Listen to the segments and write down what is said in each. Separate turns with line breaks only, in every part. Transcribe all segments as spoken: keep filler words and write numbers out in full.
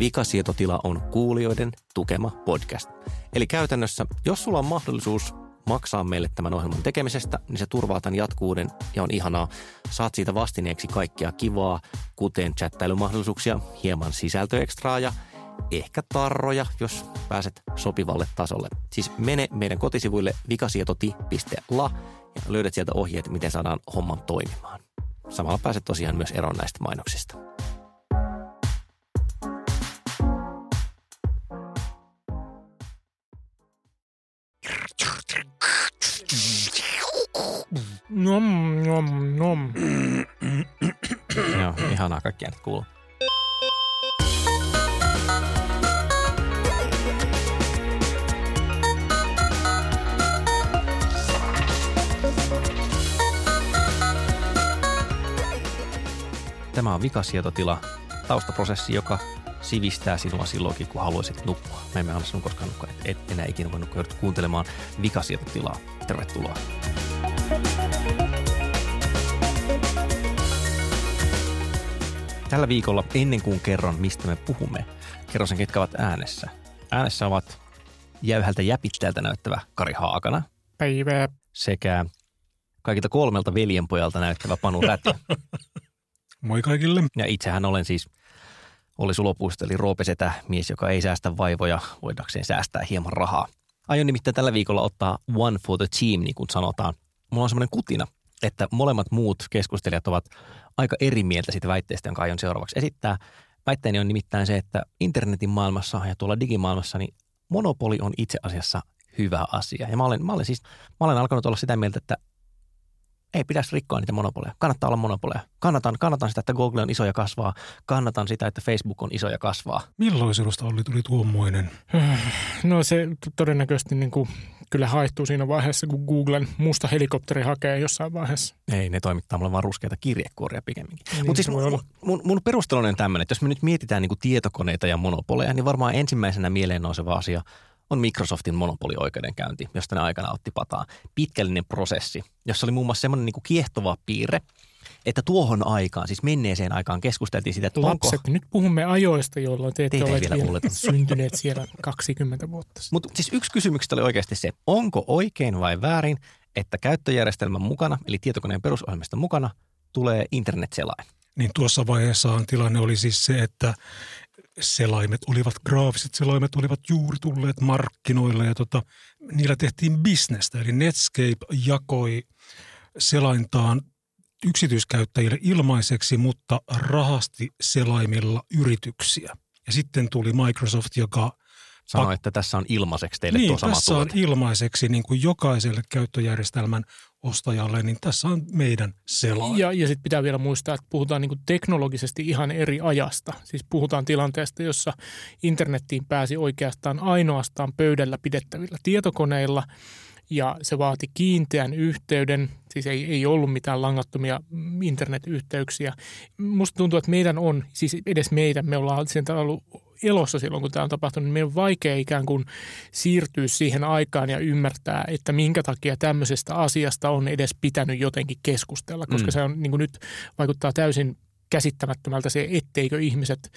Vikasietotila on kuulijoiden tukema podcast. Eli käytännössä, jos sulla on mahdollisuus maksaa meille tämän ohjelman tekemisestä, niin se turvaa tämän jatkuuden ja on ihanaa. Saat siitä vastineeksi kaikkea kivaa, kuten chattailumahdollisuuksia, hieman sisältöekstraa ja ehkä tarroja, jos pääset sopivalle tasolle. Siis mene meidän kotisivuille vikasietoti piste la ja löydät sieltä ohjeet, miten saadaan homman toimimaan. Samalla pääset tosiaan myös eroon näistä mainoksista.
Nom, nom, nom.
Joo, ihanaa kaikki äänet kuuluu. Tämä on Vikasietotila, taustaprosessi, joka sivistää sinua silloinkin, kun haluaisit nukkua. Mä emme anna sinun koskaan nukkua, et, et enää ikinä voi nukkua. Joudut kuuntelemaan Vikasietotilaa. Tervetuloa. Tällä viikolla, ennen kuin kerron, mistä me puhumme, kerron sen, ketkä ovat äänessä. Äänessä ovat jäyhältä jäpittäjältä näyttävä Kari Haakana.
Päivää.
Sekä kaikilta kolmelta veljenpojalta näyttävä Panu Räty.
Moi kaikille.
Ja itsehän olen siis Olli Sulopuisto, eli Roopesetä, mies, joka ei säästä vaivoja, voidakseen säästää hieman rahaa. Aion nimittäin tällä viikolla ottaa one for the team, niin kuin sanotaan. Mulla on semmoinen kutina, että molemmat muut keskustelijat ovat aika eri mieltä siitä väitteestä, jonka aion seuraavaksi esittää. Väitteeni on nimittäin se, että internetin maailmassa ja tuolla digimaailmassa niin monopoli on itse asiassa hyvä asia. Ja mä olen, mä olen siis, mä olen alkanut olla sitä mieltä, että ei pitäisi rikkoa niitä monopoleja. Kannattaa olla monopoleja. Kannatan, kannatan sitä, että Google on iso ja kasvaa. Kannatan sitä, että Facebook on iso ja kasvaa.
Milloin sinusta Olli tuli tuommoinen?
No se todennäköisesti niin kuin, kyllä haihtuu siinä vaiheessa, kun Googlen musta helikopteri hakee jossain vaiheessa.
Ei, ne toimittaa mulle vaan ruskeita kirjekuoria pikemminkin.
Niin,
Mutta siis mun, mun, mun perustelun on tämmöinen, että jos me nyt mietitään niin kuin tietokoneita ja monopoleja, niin varmaan ensimmäisenä mieleen nouseva asia on Microsoftin monopolioikeudenkäynti, josta ne aikana otti pataa. Pitkällinen prosessi, jossa oli muun muassa semmoinen niin kuin kiehtova piirre, että tuohon aikaan, siis menneeseen aikaan keskusteltiin sitä, että
Lapset,
onko...
nyt puhumme ajoista, jolloin te ette ole vielä
vielä
syntyneet siellä kaksikymmentä vuotta sitten.
Mutta siis yksi kysymyksistä oli oikeasti se, onko oikein vai väärin, että käyttöjärjestelmän mukana, eli tietokoneen perusohjelmiston mukana, tulee internetselain.
Niin tuossa vaiheessaan tilanne oli siis se, että selaimet olivat, graafiset selaimet olivat juuri tulleet markkinoille ja tota, niillä tehtiin bisnestä. Eli Netscape jakoi selaintaan yksityiskäyttäjille ilmaiseksi, mutta rahasti selaimilla yrityksiä. Ja sitten tuli Microsoft, joka
sanoi, että tässä on ilmaiseksi teille
niin,
tuo sama
tässä
tuote.
on ilmaiseksi niin kuin jokaiselle käyttöjärjestelmän ostajalle, niin tässä on meidän selain.
Ja, ja sitten pitää vielä muistaa, että puhutaan niin kuin teknologisesti ihan eri ajasta. Siis puhutaan tilanteesta, jossa internettiin pääsi oikeastaan ainoastaan pöydällä pidettävillä tietokoneilla, ja se vaati kiinteän yhteyden, siis ei, ei ollut mitään langattomia internetyhteyksiä. Musta tuntuu, että meidän on, siis edes meidän, me ollaan sieltä ollut elossa silloin, kun tämä on tapahtunut, niin meidän on vaikea ikään kuin siirtyä siihen aikaan ja ymmärtää, että minkä takia tämmöisestä asiasta on edes pitänyt jotenkin keskustella, koska mm. se on niin kuin nyt vaikuttaa täysin käsittämättömältä se, etteikö ihmiset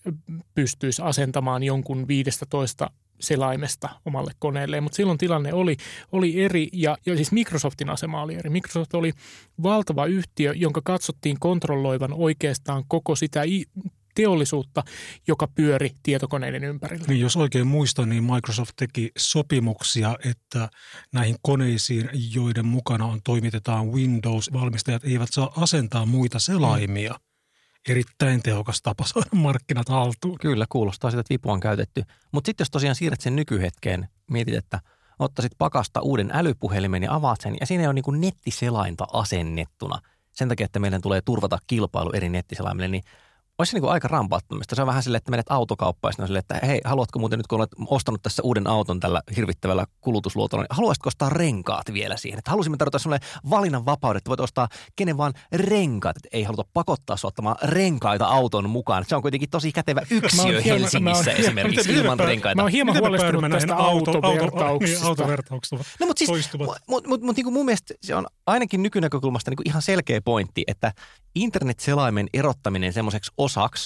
pystyisi asentamaan jonkun viisitoista selaimesta omalle koneelleen, mutta silloin tilanne oli, oli eri ja, ja siis Microsoftin asema oli eri. Microsoft oli valtava yhtiö, jonka katsottiin kontrolloivan oikeastaan koko sitä teollisuutta, joka pyöri tietokoneiden ympärillä.
Niin, jos oikein muistan, niin Microsoft teki sopimuksia, että näihin koneisiin, joiden mukana on toimitetaan Windows, valmistajat eivät saa asentaa muita selaimia. Mm. Erittäin tehokas tapa saada markkinat haltuun.
Kyllä, kuulostaa sitä, että vipu on käytetty. Mutta sitten jos tosiaan siirrät sen nykyhetkeen, mietit, että ottaisit pakasta uuden älypuhelimen ja avaat sen, ja siinä on niin kuin nettiselainta asennettuna. Sen takia, että meidän tulee turvata kilpailu eri nettiselaimille, niin olisi se niin kuin aika rampaattomista. Se on vähän silleen, että menet autokauppaan ja silleen, että hei, haluatko muuten nyt, kun olet ostanut tässä uuden auton tällä hirvittävällä kulutusluotolla, niin haluaisitko ostaa renkaat vielä siihen? Että halusimme tarjota sellainen valinnan vapauden, että voit ostaa kenen vaan renkaat. Että ei haluta pakottaa sinua ottamaan renkaita auton mukaan. Se on kuitenkin tosi kätevä yksiö Helsingissä esimerkiksi ilman renkaita.
Mä oon hieman huolestunut tästä auto, autovertauksesta.
Autovertauksesta
no mutta siis, mut, mut, mut, niin mun mielestä se on ainakin nykynäkökulmasta niin ihan selkeä pointti, että internet-selaimen erottaminen semmoiseksi osaksi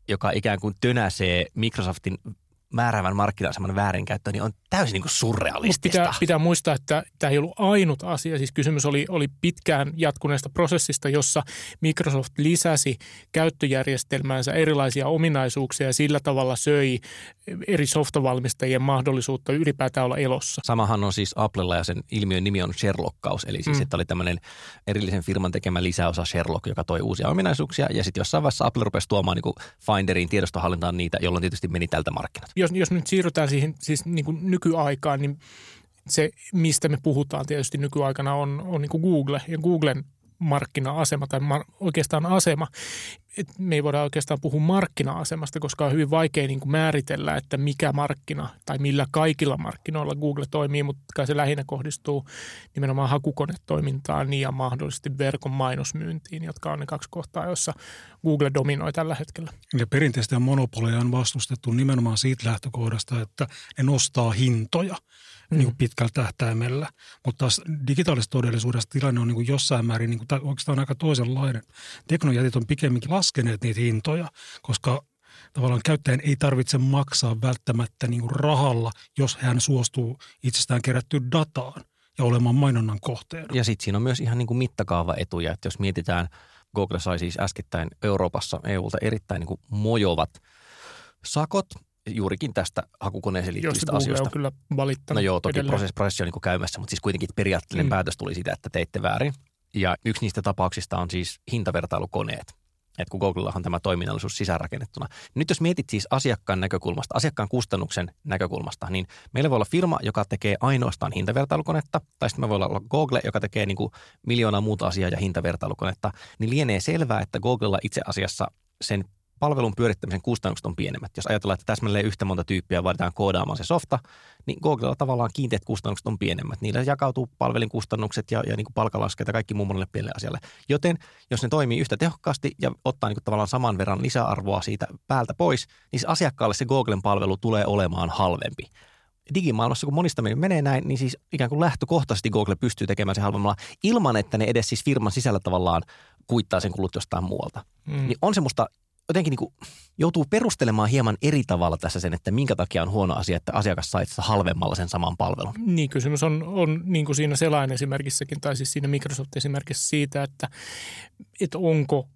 joka ikään kuin tönäsee Microsoftin määräävän markkina-aseman väärinkäyttöön, niin on täysin niin kuin surrealistista.
Pitää, pitää muistaa, että tämä ei ollut ainut asia. Siis kysymys oli, oli pitkään jatkuneesta prosessista, jossa Microsoft lisäsi käyttöjärjestelmäänsä erilaisia ominaisuuksia ja sillä tavalla söi eri softavalmistajien mahdollisuutta ylipäätään olla elossa.
Samahan on siis Applella ja sen ilmiön nimi on Sherlockkaus, eli siis mm. että oli tämmöinen erillisen firman tekemä lisäosa Sherlock, joka toi uusia ominaisuuksia ja sitten jossain vaiheessa Apple rupesi tuomaan niin kuin Finderiin tiedostohallintaan niitä, jolloin tietysti meni tältä markkinat.
Jos, jos nyt siirrytään siihen siis niin kuin nykyaikaan, niin se, mistä me puhutaan tietysti nykyaikana, on, on niin kuin Google ja Googlen markkina-asema tai mar- oikeastaan asema. Et me ei voida oikeastaan puhua markkina-asemasta, koska on hyvin vaikea niin kuin määritellä, että mikä markkina tai millä kaikilla markkinoilla Google toimii, mutta kai se lähinnä kohdistuu nimenomaan hakukonetoimintaan ja mahdollisesti verkon mainosmyyntiin, jotka on ne kaksi kohtaa, joissa Google dominoi tällä hetkellä.
Ja perinteistä monopoleja on vastustettu nimenomaan siitä lähtökohdasta, että ne nostaa hintoja mm. niin kuin pitkällä tähtäimellä. Mutta taas digitaalisessa todellisuudessa tilanne on niin kuin jossain määrin niin kuin, tai oikeastaan aika toisenlainen. Teknojätit on pikemminkin laskeneet niitä hintoja, koska tavallaan käyttäjän ei tarvitse maksaa välttämättä niin kuin rahalla, jos hän suostuu itsestään kerättyyn dataan ja olemaan mainonnan kohteena.
Ja sitten siinä on myös ihan niin kuin mittakaavaetuja, että jos mietitään, Google sai siis äskettäin Euroopassa E U:lta erittäin niin kuin mojovat sakot juurikin tästä hakukoneeseen liittyvistä
Google
asioista.
On kyllä valittanut.
No joo, toki
edelleen.
prosessi, prosessi on niin kuin käymässä, mutta siis kuitenkin periaatteellinen mm. päätös tuli siitä, että teitte väärin. Ja yksi niistä tapauksista on siis hintavertailukoneet. Että kun Googlellahan tämä toiminnallisuus sisäänrakennettuna. Nyt jos mietit siis asiakkaan näkökulmasta, asiakkaan kustannuksen näkökulmasta, niin meillä voi olla firma, joka tekee ainoastaan hintavertailukonetta, tai sitten me voi olla Google, joka tekee niin kuin miljoonaa muuta asiaa ja hintavertailukonetta, niin lienee selvää, että Googlella itse asiassa sen palvelun pyörittämisen kustannukset on pienemmät. Jos ajatellaan, että täsmälleen yhtä monta tyyppiä vaaditaan koodaamaan se softa, niin Googlella tavallaan kiinteät kustannukset on pienemmät. Niillä jakautuu palvelin kustannukset ja, ja niin kuin palkalaskeet ja kaikki muu monelle pienelle asialle. Joten jos ne toimii yhtä tehokkaasti ja ottaa niin kuin tavallaan saman verran lisäarvoa siitä päältä pois, niin se asiakkaalle se Googlen palvelu tulee olemaan halvempi. Digimaailmassa, kun monistaminen menee näin, niin siis ikään kuin lähtökohtaisesti Google pystyy tekemään se halvemmalla ilman, että ne edes siis firman sisällä tavallaan kuittaa sen kulut jostain muualta. Mm. Niin on semmoista jotenkin niin kuin joutuu perustelemaan hieman eri tavalla tässä sen, että minkä takia on huono asia, että asiakas saa itse halvemmalla sen saman palvelun.
Niin, kysymys on, on niin kuin siinä Selain esimerkissäkin, tai siis siinä Microsoft-esimerkissä siitä, että, että onko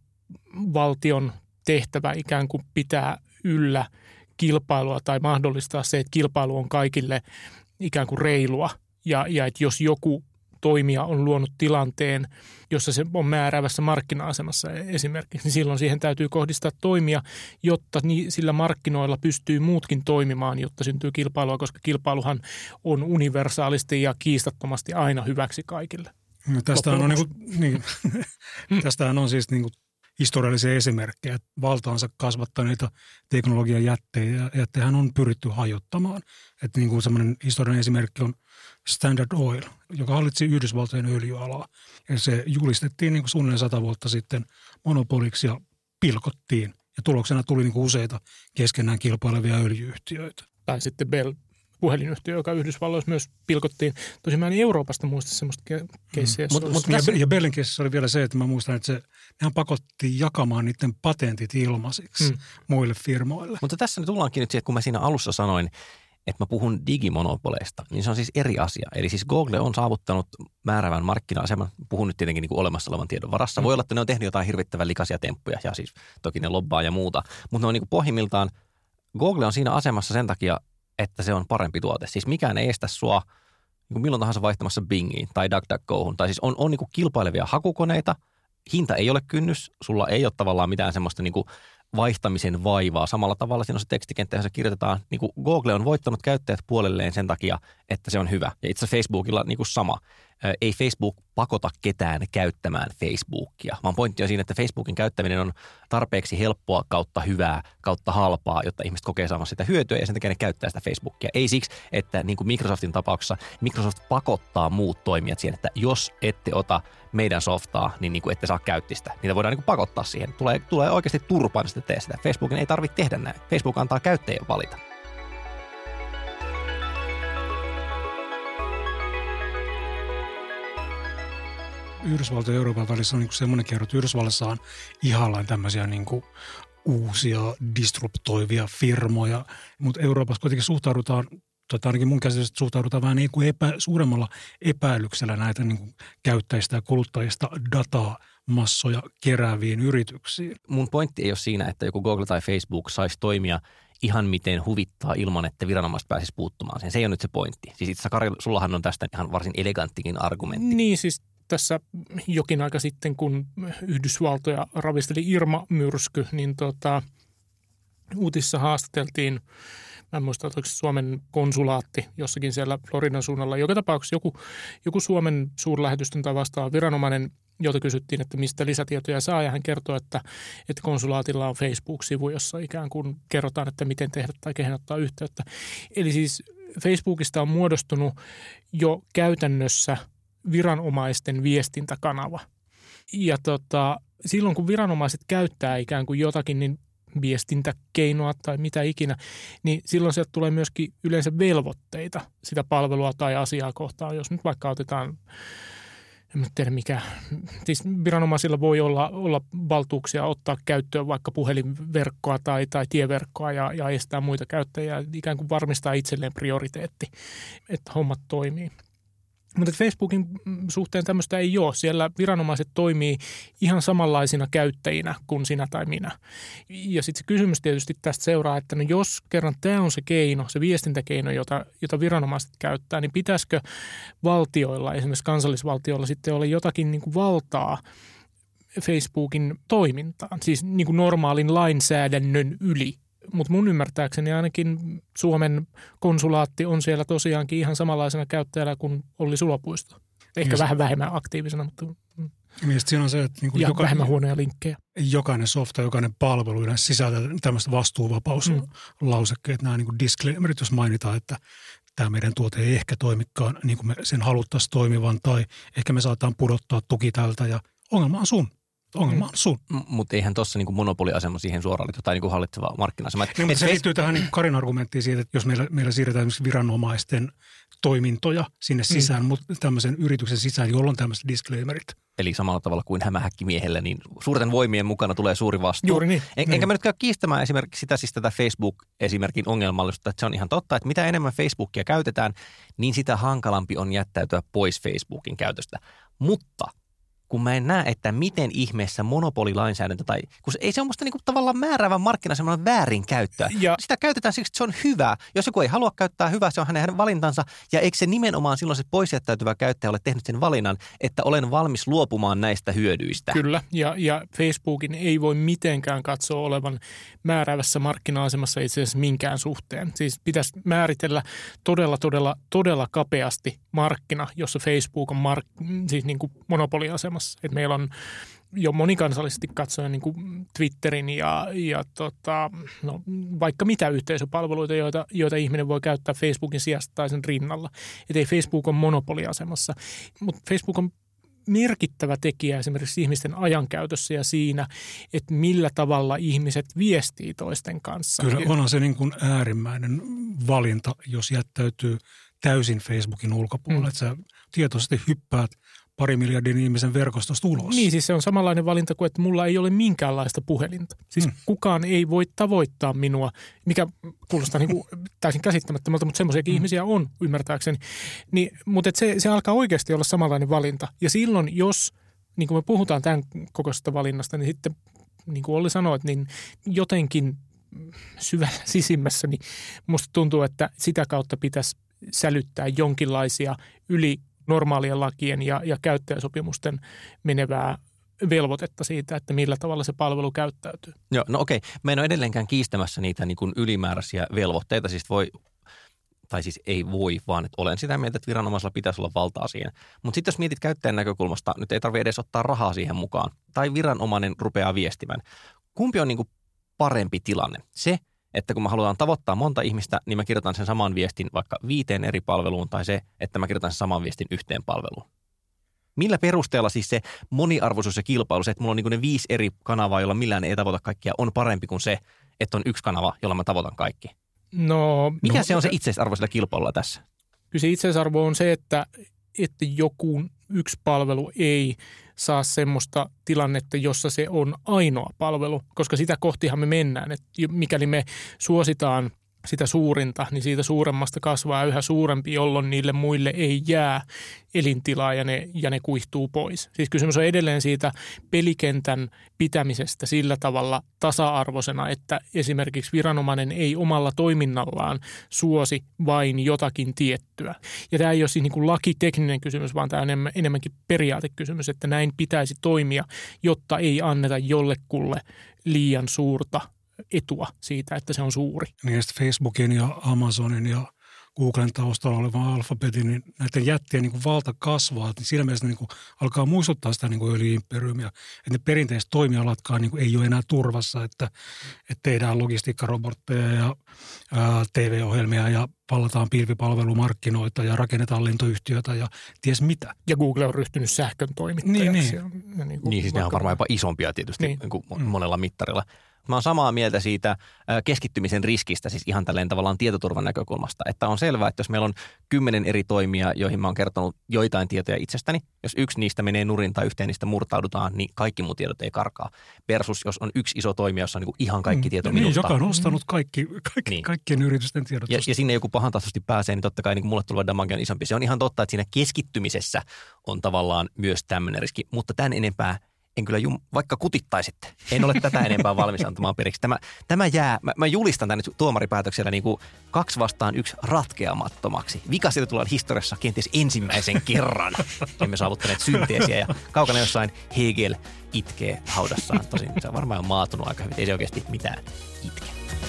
valtion tehtävä ikään kuin pitää yllä kilpailua tai mahdollistaa se, että kilpailu on kaikille ikään kuin reilua ja, ja että jos joku toimija on luonut tilanteen, jossa se on määräävässä markkina-asemassa esimerkiksi, niin silloin siihen täytyy kohdistaa toimia, jotta sillä markkinoilla pystyy muutkin toimimaan, jotta syntyy kilpailua, koska kilpailuhan on universaalisti ja kiistattomasti aina hyväksi kaikille.
No, tästähän, on, niin kuin, niin, tästähän on siis niin kuin historiallisia esimerkkejä, että valtaansa kasvattaneita teknologian jättejä, jättejähän on pyritty hajottamaan. Että niin kuin semmoinen historiallinen esimerkki on Standard Oil, joka hallitsi Yhdysvaltojen öljyalaa. Ja se julistettiin niin kuin suunnilleen sata vuotta sitten monopoliksi ja pilkottiin. Ja tuloksena tuli niin kuin useita keskenään kilpailevia öljyyhtiöitä.
Tai sitten Bell, puhelinyhtiö, joka Yhdysvalloissa myös pilkottiin. Tosin mä en Euroopasta muista semmoista keissiä.
Mm. Mut, ja, ja Bellin keississä oli vielä se, että mä muistan, että se, nehän pakotti jakamaan niiden patentit ilmaisiksi mm. muille firmoille.
Mutta tässä nyt tullaankin nyt siihen, että kun mä siinä alussa sanoin, että mä puhun digimonopoleista, niin se on siis eri asia. Eli siis Google on saavuttanut määräävän markkina-aseman, puhun nyt tietenkin niin kuin olemassa olevan tiedon varassa. Voi olla, että ne on tehnyt jotain hirvittävän likaisia temppuja ja siis toki ne lobbaa ja muuta, mutta ne on niin kuin pohjimmiltaan, Google on siinä asemassa sen takia, että se on parempi tuote. Siis mikään ei estä sua niin kuin milloin tahansa vaihtamassa Bingiin tai DuckDuckGohun. Tai siis on, on niin kuin kilpailevia hakukoneita, hinta ei ole kynnys, sulla ei ole tavallaan mitään semmoista niin kuin vaihtamisen vaivaa. Samalla tavalla siinä on se tekstikenttä, johon se kirjoitetaan. Niin kuin Google on voittanut käyttäjät puolelleen sen takia, että se on hyvä. Ja itse Facebookilla niin kuin sama. Ei Facebook pakota ketään käyttämään Facebookia, vaan pointti on siinä, että Facebookin käyttäminen on tarpeeksi helppoa kautta hyvää, kautta halpaa, jotta ihmiset kokee saamaan sitä hyötyä ja sen takia ne käyttää sitä Facebookia. Ei siksi, että niin kuin Microsoftin tapauksessa Microsoft pakottaa muut toimijat siihen, että jos ette ota meidän softaa, niin, niin kuin ette saa käyttää sitä. Niitä voidaan niin kuin pakottaa siihen. Tulee, tulee oikeasti turpaan, että tee sitä. Facebookin ei tarvitse tehdä näin. Facebook antaa käyttäjien valita. Yhdysvaltojen
ja Euroopan välissä on niin semmoinen kerro, että Yhdysvalloissa on ihaillaan tämmöisiä niin kuin uusia disruptoivia firmoja, mutta Euroopassa kuitenkin suhtaudutaan, tai ainakin mun käsitystä suhtaudutaan vähän niin kuin epä, suuremmalla epäilyksellä näitä niin kuin käyttäjistä ja kuluttajista dataa massoja kerääviin yrityksiin.
Mun pointti ei ole siinä, että joku Google tai Facebook saisi toimia ihan miten huvittaa ilman, että viranomaiset pääsisi puuttumaan siihen. Se ei ole nyt se pointti. Siis itse Kari, sullahan on tästä ihan varsin eleganttikin argumentti.
Niin siis tässä jokin aika sitten, kun Yhdysvaltoja ravisteli Irma-myrsky, niin tota, uutissa haastateltiin, mä en muista, että Suomen konsulaatti jossakin siellä Floridan suunnalla. Joka tapauksessa joku, joku Suomen suurlähetystön tai vastaava viranomainen, jota kysyttiin, että mistä lisätietoja saa, ja hän kertoi, että, että konsulaatilla on Facebook-sivu, jossa ikään kuin kerrotaan, että miten tehdä tai kehen ottaa yhteyttä. Eli siis Facebookista on muodostunut jo käytännössä viranomaisten viestintäkanava. Ja tota, silloin, kun viranomaiset käyttää ikään kuin jotakin, niin viestintäkeinoa tai mitä ikinä, niin silloin sieltä tulee myöskin yleensä velvoitteita sitä palvelua tai asiaa kohtaan. Jos nyt vaikka otetaan, en tiedä mikä, siis viranomaisilla voi olla, olla valtuuksia ottaa käyttöön vaikka puhelinverkkoa tai, tai tieverkkoa ja, ja estää muita käyttäjiä, ikään kuin varmistaa itselleen prioriteetti, että hommat toimii. Mutta Facebookin suhteen tämmöistä ei ole. Siellä viranomaiset toimii ihan samanlaisina käyttäjinä kuin sinä tai minä. Ja sitten se kysymys tietysti tästä seuraa, että no jos kerran tämä on se keino, se viestintäkeino, jota, jota viranomaiset käyttää, niin pitäisikö valtioilla, esimerkiksi kansallisvaltioilla sitten olla jotakin niin kuin valtaa Facebookin toimintaan, siis niin kuin normaalin lainsäädännön yli. Mutta mun ymmärtääkseni ainakin Suomen konsulaatti on siellä tosiaankin ihan samanlaisena käyttäjänä kuin Olli Sulopuisto. Ehkä ja vähän vähemmän aktiivisena, mutta
mielestäni siinä on se, että niin kuin
ja
joka,
vähemmän huonoja linkkejä.
Jokainen softa, jokainen palvelu yleensä sisältää tämmöistä vastuuvapauslausekkeet, mm. nämä niin kuin disclaimerit, jos mainitaan, että tämä meidän tuote ei ehkä toimikaan niin kuin me sen haluttaisiin toimivan, tai ehkä me saataan pudottaa tuki tältä, ja ongelma on sun. Ongelma on sun.
M- mutta eihän tuossa niinku monopoliasema siihen suoraan liity tai niinku hallitseva markkina-asema.
Niin, mutta se face- liittyy tähän niin Karin argumenttiin siitä, että jos meillä, meillä siirretään esimerkiksi viranomaisten toimintoja sinne sisään, mm. mutta tämmöisen yrityksen sisään, jolloin tämmöiset disclaimerit.
Eli samalla tavalla kuin hämähäkkimiehellä, niin suurten voimien mukana tulee suuri vastuu.
Juuri niin.
En,
niin.
Enkä mä nyt käy kiistämään esimerkiksi sitä, siis tätä Facebook-esimerkin ongelmallisuutta, että se on ihan totta, että mitä enemmän Facebookia käytetään, niin sitä hankalampi on jättäytyä pois Facebookin käytöstä. Mutta kun mä en näe, että miten ihmeessä monopolilainsäädäntö tai, kun se, ei se ole musta niinku tavallaan määräävän markkinasemman väärinkäyttöä. Ja sitä käytetään siksi, että se on hyvä. Jos joku ei halua käyttää hyvää, se on hänen, hänen valintansa. Ja eikö se nimenomaan silloin se poisjättäytyvä käyttäjä ole tehnyt sen valinnan, että olen valmis luopumaan näistä hyödyistä?
Kyllä, ja, ja Facebookin ei voi mitenkään katsoa olevan määräävässä markkina-asemassa itse asiassa minkään suhteen. Siis pitäisi määritellä todella, todella, todella kapeasti markkina, jossa Facebook on mark, siis niin kuin monopoliasema. Että meillä on jo monikansallisesti katsoen niin kuin Twitterin ja, ja tota, no, vaikka mitä yhteisöpalveluita, joita, joita ihminen voi käyttää Facebookin sijasta tai sen rinnalla. Että ei Facebook on monopoliasemassa, mutta Facebook on merkittävä tekijä esimerkiksi ihmisten ajankäytössä ja siinä, että millä tavalla ihmiset viestii toisten kanssa.
Kyllä onhan se niin kuin äärimmäinen valinta, jos jättäytyy täysin Facebookin ulkopuolelle, mm. että sä tietoisesti hyppäät pari miljardin ihmisen verkostosta ulos.
Niin, siis se on samanlainen valinta kuin, että mulla ei ole minkäänlaista puhelinta. Siis mm. kukaan ei voi tavoittaa minua, mikä kuulostaa niin kuin täysin käsittämättömältä, mutta semmoisiakin mm. ihmisiä on, ymmärtääkseni. Niin, mutta se, se alkaa oikeasti olla samanlainen valinta. Ja silloin, jos, niin kuin me puhutaan tämän kokoisesta valinnasta, niin sitten, niin kuin Olli sanoi, niin jotenkin syvällä sisimmässä, niin musta tuntuu, että sitä kautta pitäisi sälyttää jonkinlaisia yli normaalien lakien ja, ja käyttäjäsopimusten menevää velvoitetta siitä, että millä tavalla se palvelu käyttäytyy.
Joo, no okei. Mä en ole edelleenkään kiistämässä niitä niin kuin ylimääräisiä velvoitteita. Siis voi, tai siis ei voi, vaan että olen sitä mieltä, että viranomaisella pitäisi olla valtaa siihen. Mutta sitten jos mietit käyttäjän näkökulmasta, nyt ei tarvitse edes ottaa rahaa siihen mukaan. Tai viranomainen rupeaa viestimään. Kumpi on niin kuin parempi tilanne? Se, että kun mä haluan tavoittaa monta ihmistä, niin mä kirjoitan sen saman viestin vaikka viiteen eri palveluun, tai se, että mä kirjoitan sen saman viestin yhteen palveluun. Millä perusteella siis se moniarvoisuus ja kilpailu, se, että mulla on niin ne viisi eri kanavaa, jolla millään ei tavoita kaikkia, on parempi kuin se, että on yksi kanava, jolla mä tavoitan kaikki?
No,
Mikä
no,
se on se itseisarvo sillä kilpailulla tässä?
Kyllä se itseisarvo on se, että että joku yksi palvelu ei saa semmoista tilannetta, jossa se on ainoa palvelu, koska sitä kohtihan me mennään. Että mikäli me suositaan sitä suurinta, niin siitä suuremmasta kasvaa yhä suurempi, jolloin niille muille ei jää elintilaa ja ne, ja ne kuihtuu pois. Siis kysymys on edelleen siitä pelikentän pitämisestä sillä tavalla tasa-arvoisena, että esimerkiksi viranomainen ei omalla toiminnallaan suosi vain jotakin tiettyä. Ja tämä ei ole siis niin kuin lakitekninen kysymys, vaan tämä on enemmänkin periaatekysymys, että näin pitäisi toimia, jotta ei anneta jollekulle liian suurta etua siitä, että se on suuri.
Niin Facebookin ja Amazonin ja Googlen taustalla oleva Alphabetin, niin näiden jättien niin kuin valta kasvaa. Niin siinä mielessä ne niin kuin alkaa muistuttaa sitä niin kuin öljy-imperiumia. Että ne perinteiset toimialatkaan niin kuin ei ole enää turvassa, että, että tehdään logistiikkarobotteja ja ää, T V-ohjelmia ja vallataan pilvipalvelumarkkinoita ja rakennetaan lentoyhtiötä ja ties mitä.
Ja Google on ryhtynyt sähkön toimittajaksi.
Niin,
niin. Ja niin,
niin siis ne on varmaan jopa isompia tietysti niin. Niin kuin monella mittarilla. Mä oon samaa mieltä siitä keskittymisen riskistä, siis ihan tälleen tavallaan tietoturvan näkökulmasta, että on selvää, että jos meillä on kymmenen eri toimia, joihin mä oon kertonut joitain tietoja itsestäni, jos yksi niistä menee nurin tai yhteen niistä murtaudutaan, niin kaikki mun tiedot ei karkaa. Versus jos on yksi iso toimija, jossa on niin ihan kaikki tieto
niin,
minusta.
Joka on ostanut kaikki, kaikki, niin. kaikkien yritysten tiedot.
Ja, ja sinne joku pahantahtoisesti pääsee, niin totta kai niin mulle tulee damage on isompi. Se on ihan totta, että siinä keskittymisessä on tavallaan myös tämmöinen riski, mutta tämän enempää en kyllä, jum, vaikka kutittaisitte, en ole tätä enempää valmis antamaan periksi. Tämä, tämä jää, mä, mä julistan tämän nyt tuomaripäätöksellä niin kuin kaksi vastaan yksi ratkeamattomaksi. Vika siitä tullaan historiassa kenties ensimmäisen kerran. Emme saavuttaneet synteesiä ja kaukana jossain Hegel itkee haudassaan. Tosin se on varmaan maatunut aika hyvin, ei se oikeasti mitään itke.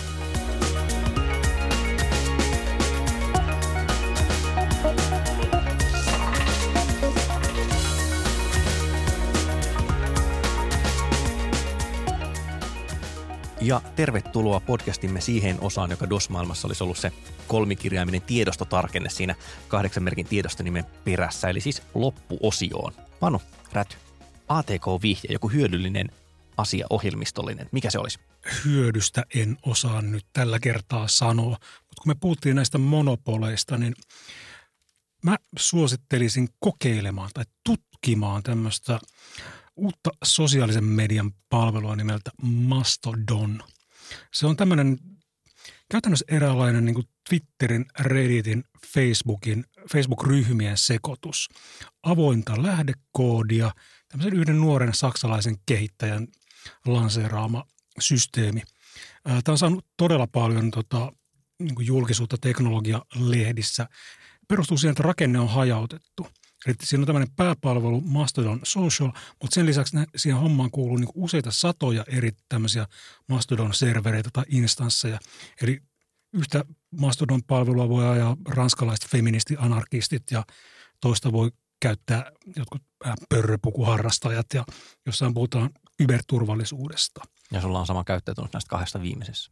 Ja tervetuloa podcastimme siihen osaan, joka D O S-maailmassa olisi ollut se kolmikirjaiminen tiedostotarkenne siinä kahdeksan merkin tiedostonimen perässä, eli siis loppuosioon. Panu, Räty, A T K-vihje, joku hyödyllinen asia ohjelmistollinen, mikä se olisi?
Hyödystä en osaa nyt tällä kertaa sanoa, mutta kun me puhuttiin näistä monopoleista, niin mä suosittelisin kokeilemaan tai tutkimaan tämmöistä uutta sosiaalisen median palvelua nimeltä Mastodon. Se on tämmöinen käytännössä eräänlainen niin kuin Twitterin, Redditin, Facebookin, Facebook-ryhmien sekoitus. Avointa lähdekoodia, tämmöisen yhden nuoren saksalaisen kehittäjän lanseeraama systeemi. Tämä on saanut todella paljon tota, niin kuin julkisuutta teknologialehdissä. Perustuu siihen, että rakenne on hajautettu. Eli siinä on tämmöinen pääpalvelu Mastodon Social, mutta sen lisäksi siihen hommaan kuuluu niin kuin useita satoja eri tämmöisiä Mastodon-servereitä tai instansseja. Eli yhtä Mastodon-palvelua voi ajaa ranskalaiset feministi-anarkistit ja toista voi käyttää jotkut pörröpukuharrastajat ja jossain puhutaan kyberturvallisuudesta.
Ja sulla on sama käyttäjätunnus näistä kahdesta viimeisessä.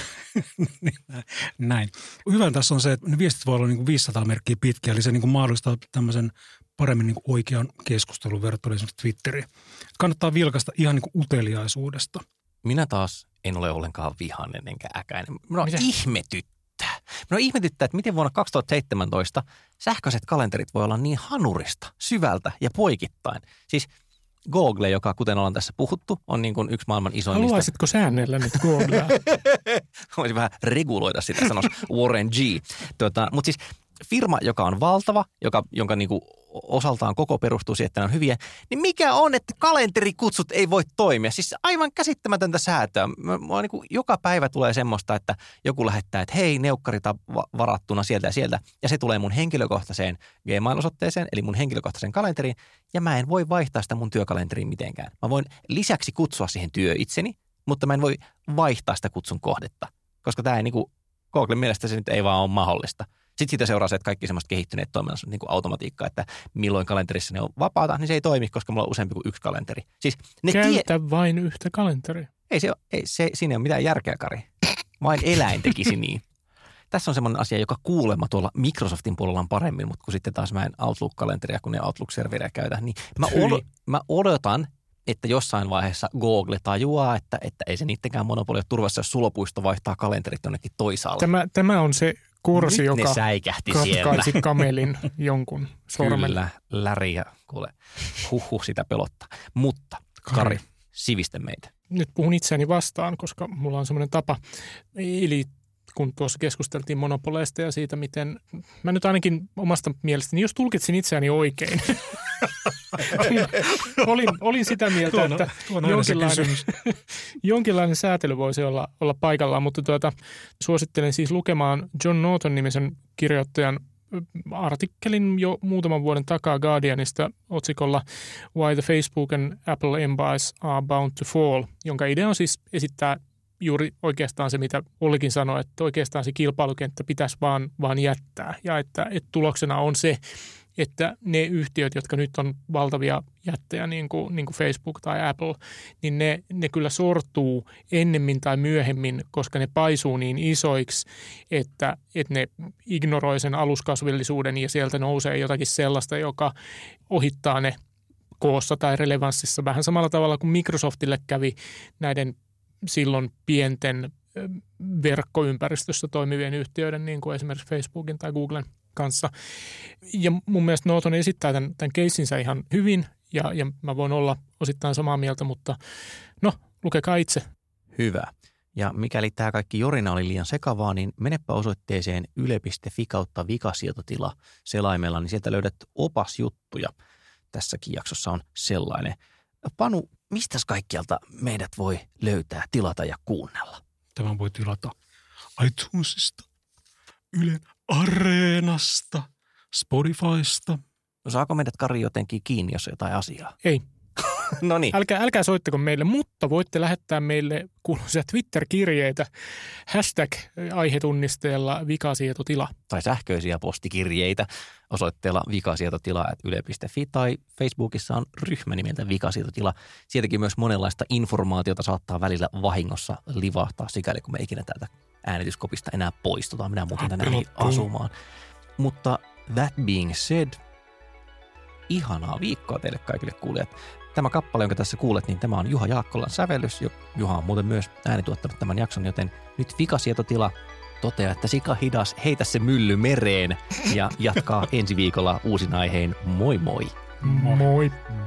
Näin. Hyvä tässä on se, että ne viestit voi olla niin kuin viisisataa merkkiä pitkiä, eli se niin kuin mahdollistaa tämmöisen paremmin niin kuin oikean keskustelun verrattuna esimerkiksi Twitteriin. Kannattaa vilkaista ihan niin kuin uteliaisuudesta.
Minä taas en ole ollenkaan vihainen enkä äkäinen. Minua Mitä? ihmetyttää. Minua ihmetyttää, että miten vuonna kaksituhattaseitsemäntoista sähköiset kalenterit voi olla niin hanurista, syvältä ja poikittain. Siis Google, joka kuten ollaan tässä puhuttu, on niin kuin yksi maailman isoimmista.
Haluaisitko säännellä nyt Googlea?
Voisin vähän reguloida sitä, sanoisi Warren G. Tuota, mutta siis firma, joka on valtava, joka, jonka niin kuin osaltaan koko perustuu siihen, että ne on hyviä, niin mikä on, että kalenterikutsut ei voi toimia? Siis aivan käsittämätöntä säätöä. Mä, niin kuin joka päivä tulee semmoista, että joku lähettää, että hei, neukkarita varattuna sieltä ja sieltä, ja se tulee mun henkilökohtaiseen Gmail-osoitteeseen, eli mun henkilökohtaiseen kalenteriin, ja mä en voi vaihtaa sitä mun työkalenteriin mitenkään. Mä voin lisäksi kutsua siihen työitseni, mutta mä en voi vaihtaa sitä kutsun kohdetta, koska tämä ei niin kuin Googlen mielestä se nyt ei vaan ole mahdollista. Sitten siitä seuraa se, että kaikki semmoista kehittyneet toiminnassa niin kuin automatiikkaa, että milloin kalenterissa ne on vapaata, niin se ei toimi, koska mulla on useampi kuin yksi kalenteri. Siis ne
Käytä
tie-
vain yhtä kalenteria.
Ei se, ei, se siinä ei ole mitään järkeä, Kari. Vain eläin tekisi niin. Tässä on semmoinen asia, joka kuulemma tuolla Microsoftin puolella on paremmin, mutta kun sitten taas mä en Outlook-kalenteria, kun ne Outlook-serveriä käytä, niin mä, od- mä odotan, että jossain vaiheessa Google tajuaa, että, että ei se niittenkään monopoli ole turvassa, jos Sulopuisto vaihtaa kalenterit jonnekin toisaalle.
Tämä, tämä on se korsi,
Nyt
joka
ne säikähti siellä.
katkaisi kamelin jonkun sormen.
Kyllä, läri ja kuule, huhhuh sitä pelottaa. Mutta Kari, Kari sivistä meitä.
Nyt puhun itseäni vastaan, koska mulla on semmoinen tapa. Eli kun tuossa keskusteltiin monopoleista ja siitä, miten mä nyt ainakin omasta mielestäni, jos tulkitsin itseäni oikein, olin, olin sitä mieltä, tuona, että tuona jonkinlainen, jonkinlainen säätely voisi olla, olla paikallaan, mutta tuota, suosittelen siis lukemaan John Norton-nimisen kirjoittajan artikkelin jo muutaman vuoden takaa Guardianista otsikolla Why the Facebook and Apple Empires are bound to fall, jonka idea on siis esittää juuri oikeastaan se, mitä Ollikin sanoi, että oikeastaan se kilpailukenttä pitäisi vaan, vaan jättää ja että, että tuloksena on se, että ne yhtiöt, jotka nyt on valtavia jättejä, niin kuin, niin kuin Facebook tai Apple, niin ne, ne kyllä sortuu ennemmin tai myöhemmin, koska ne paisuu niin isoiksi, että, että ne ignoroi sen aluskasvillisuuden ja sieltä nousee jotakin sellaista, joka ohittaa ne koossa tai relevanssissa vähän samalla tavalla kuin Microsoftille kävi näiden silloin pienten verkkoympäristössä toimivien yhtiöiden, niin kuin esimerkiksi Facebookin tai Googlen kanssa. Ja mun mielestä Norton esittää tämän, tämän keissinsä ihan hyvin, ja, ja mä voin olla osittain samaa mieltä, mutta no, lukekaa itse.
Hyvä. Ja mikäli tämä kaikki jorina oli liian sekavaa, niin menepä osoitteeseen yle piste fi kautta vikasietotila selaimella, niin sieltä löydät opasjuttuja. Tässäkin jaksossa on sellainen. Panu, mistäs kaikkialta meidät voi löytää, tilata ja kuunnella?
Tämän voi tilata iTunesista, Ylen Areenasta, Spotifysta.
No saako meidät, Kari, jotenkin kiinni, jos on jotain asiaa?
Ei.
No niin.
Älkää, älkää soittako meille, mutta voitte lähettää meille kuuluisia Twitter-kirjeitä hashtag-aihetunnisteella vikasietotila.
Tai sähköisiä postikirjeitä osoitteella vikasietotila at yle piste fi tai Facebookissa on ryhmä nimeltä vikasietotila. Sieltäkin myös monenlaista informaatiota saattaa välillä vahingossa livahtaa, sikäli kun me ikinä täältä äänityskopista enää poistutaan. Minä muuten tänään asumaan. Mutta that being said, ihanaa viikkoa teille kaikille kuulijat. Tämä kappale, jonka tässä kuulet, niin tämä on Juha Jaakkolan sävellys. Juha on muuten myös äänituottanut tämän jakson, joten nyt vikasietotila toteaa, että sika hidas, heitä se mylly mereen ja jatkaa ensi viikolla uusin aiheen. Moi moi!
Moi! moi.